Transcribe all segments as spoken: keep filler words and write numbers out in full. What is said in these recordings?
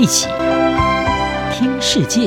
一起听世界。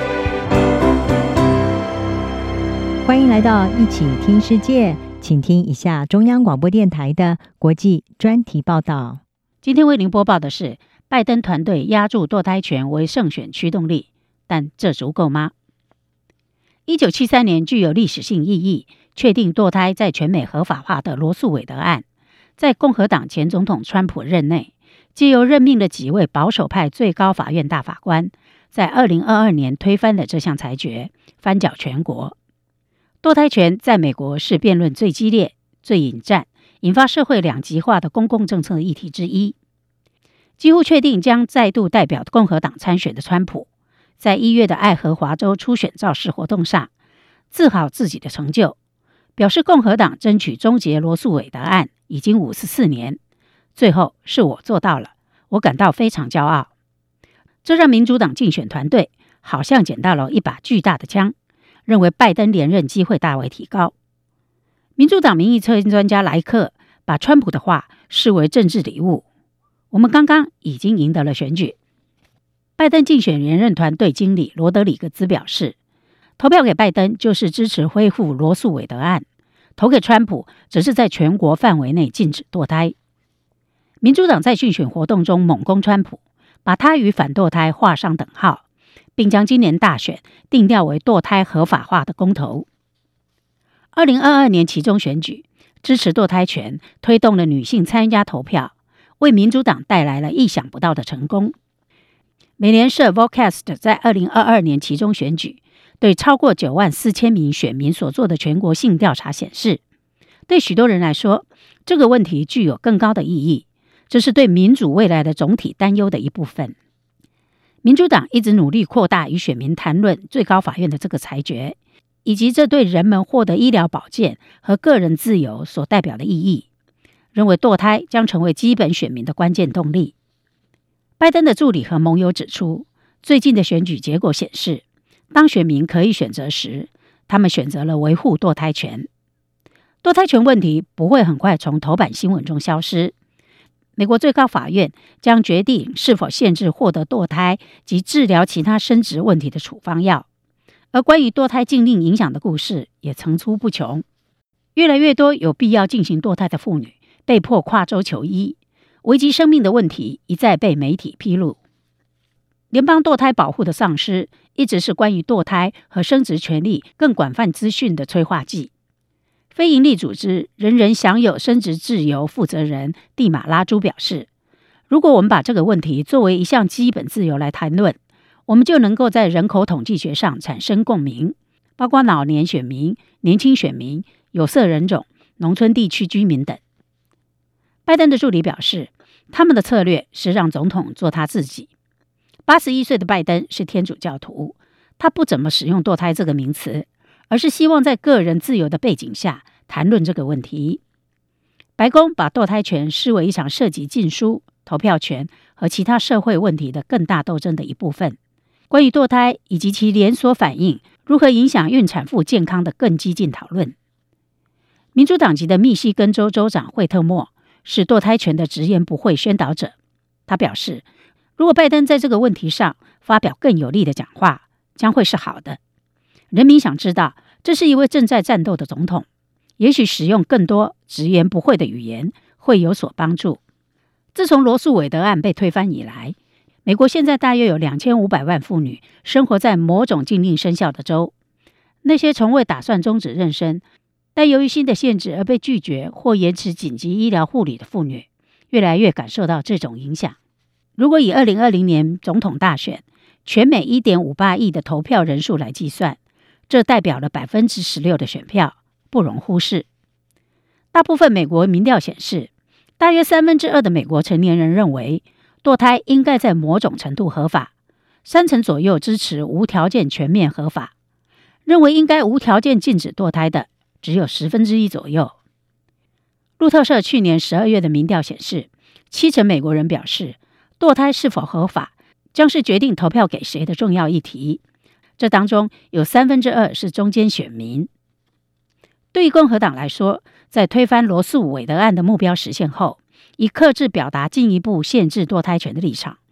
欢迎来到一起听世界，请听一下中央广播电台的国际专题报道。 今天为您播报的是，拜登团队押注堕胎权为胜选驱动力，但这足够吗？一九七三年具有历史性意义，确定堕胎在全美合法化的罗诉韦德案，在共和党前总统川普任内，藉由任命了几位保守派最高法院大法官，在二零二二年推翻了这项裁决，翻搅全国。堕胎权在美国是辩论最激烈、最引战、引发社会两极化的公共政策议题之一。几乎确定将再度代表共和党参选的川普，在一月的爱荷华州初选造势活动上，自豪自己的成就，表示共和党争取终结罗诉韦德案已经五十四年，最后是我做到了，我感到非常骄傲。这让民主党竞选团队好像捡到了一把巨大的枪，认为拜登连任机会大为提高。民主党民意测验专家莱克把川普的话视为政治礼物。我们刚刚已经赢得了选举。拜登竞选连任团队经理罗德里格兹表示，投票给拜登就是支持恢复罗诉韦德案，投给川普只是在全国范围内禁止堕胎。民主党在竞选活动中猛攻川普，把他与反堕胎画上等号，并将今年大选定调为堕胎合法化的公投。二零二二年期中选举，支持堕胎权，推动了女性参加投票，为民主党带来了意想不到的成功。美联社 Vocast 在二零二二年期中选举对超过九万四千名选民所做的全国性调查显示，对许多人来说，这个问题具有更高的意义，这是对民主未来的总体担忧的一部分。民主党一直努力扩大与选民谈论最高法院的这个裁决，以及这对人们获得医疗保健和个人自由所代表的意义，认为堕胎将成为基本选民的关键动力。拜登的助理和盟友指出，最近的选举结果显示，当选民可以选择时，他们选择了维护堕胎权。堕胎权问题不会很快从头版新闻中消失。美国最高法院将决定是否限制获得堕胎及治疗其他生殖问题的处方药，而关于堕胎禁令影响的故事也层出不穷。越来越多有必要进行堕胎的妇女被迫跨州求医，危及生命的问题一再被媒体披露。联邦堕胎保护的丧失一直是关于堕胎和生殖权利更广泛资讯的催化剂。非营利组织人人享有生殖自由负责人蒂马拉朱表示，如果我们把这个问题作为一项基本自由来谈论，我们就能够在人口统计学上产生共鸣，包括老年选民、年轻选民、有色人种、农村地区居民等。拜登的助理表示，他们的策略是让总统做他自己。八十一岁的拜登是天主教徒，他不怎么使用堕胎这个名词，而是希望在个人自由的背景下谈论这个问题。白宫把堕胎权视为一场涉及禁书、投票权和其他社会问题的更大斗争的一部分。关于堕胎以及其连锁反应如何影响孕产妇健康的更激进讨论。民主党籍的密西根州州长惠特默是堕胎权的直言不讳宣导者。他表示，如果拜登在这个问题上发表更有力的讲话，将会是好的。人民想知道，这是一位正在战斗的总统，也许使用更多直言不讳的语言会有所帮助。自从罗诉韦德案被推翻以来，美国现在大约有两千五百万妇女生活在某种禁令生效的州。那些从未打算终止妊娠，但由于新的限制而被拒绝或延迟紧急医疗护理的妇女，越来越感受到这种影响。如果以二零二零年总统大选全美 一点五八亿的投票人数来计算，这代表了 百分之十六 的选票，不容忽视。大部分美国民调显示，大约三分之二的美国成年人认为堕胎应该在某种程度合法，三成左右支持无条件全面合法，认为应该无条件禁止堕胎的只有十分之一左右。路透社去年十二月的民调显示，七成美国人表示，堕胎是否合法将是决定投票给谁的重要议题。这当中有三分之二是中间选民。对于共和党来说，在推翻罗诉韦德案的目标实现后，以克制表达进一步限制堕胎权的立场，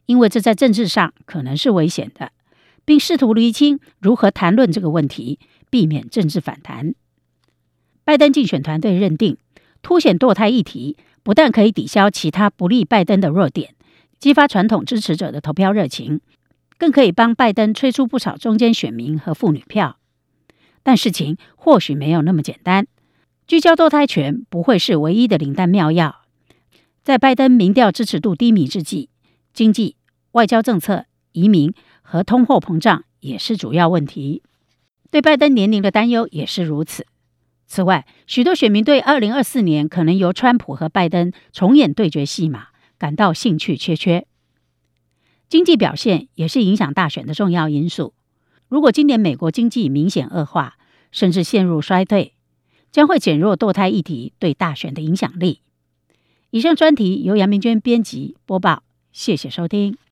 因为这在政治上可能是危险的，并试图厘清如何谈论这个问题，避免政治反弹。拜登竞选团队认定，凸显堕胎议题不但可以抵消其他不利拜登的弱点，激发传统支持者的投票热情，更可以帮拜登吹出不少中间选民和妇女票。但事情或许没有那么简单，聚焦堕胎权不会是唯一的灵丹妙药。在拜登民调支持度低迷之际，经济、外交政策、移民和通货膨胀也是主要问题。对拜登年龄的担忧也是如此。此外，许多选民对二零二四年可能由川普和拜登重演对决戏码感到兴趣缺缺。经济表现也是影响大选的重要因素。如果今年美国经济明显恶化，甚至陷入衰退，将会减弱堕胎议题对大选的影响力。以上专题由杨明娟编辑播报，谢谢收听。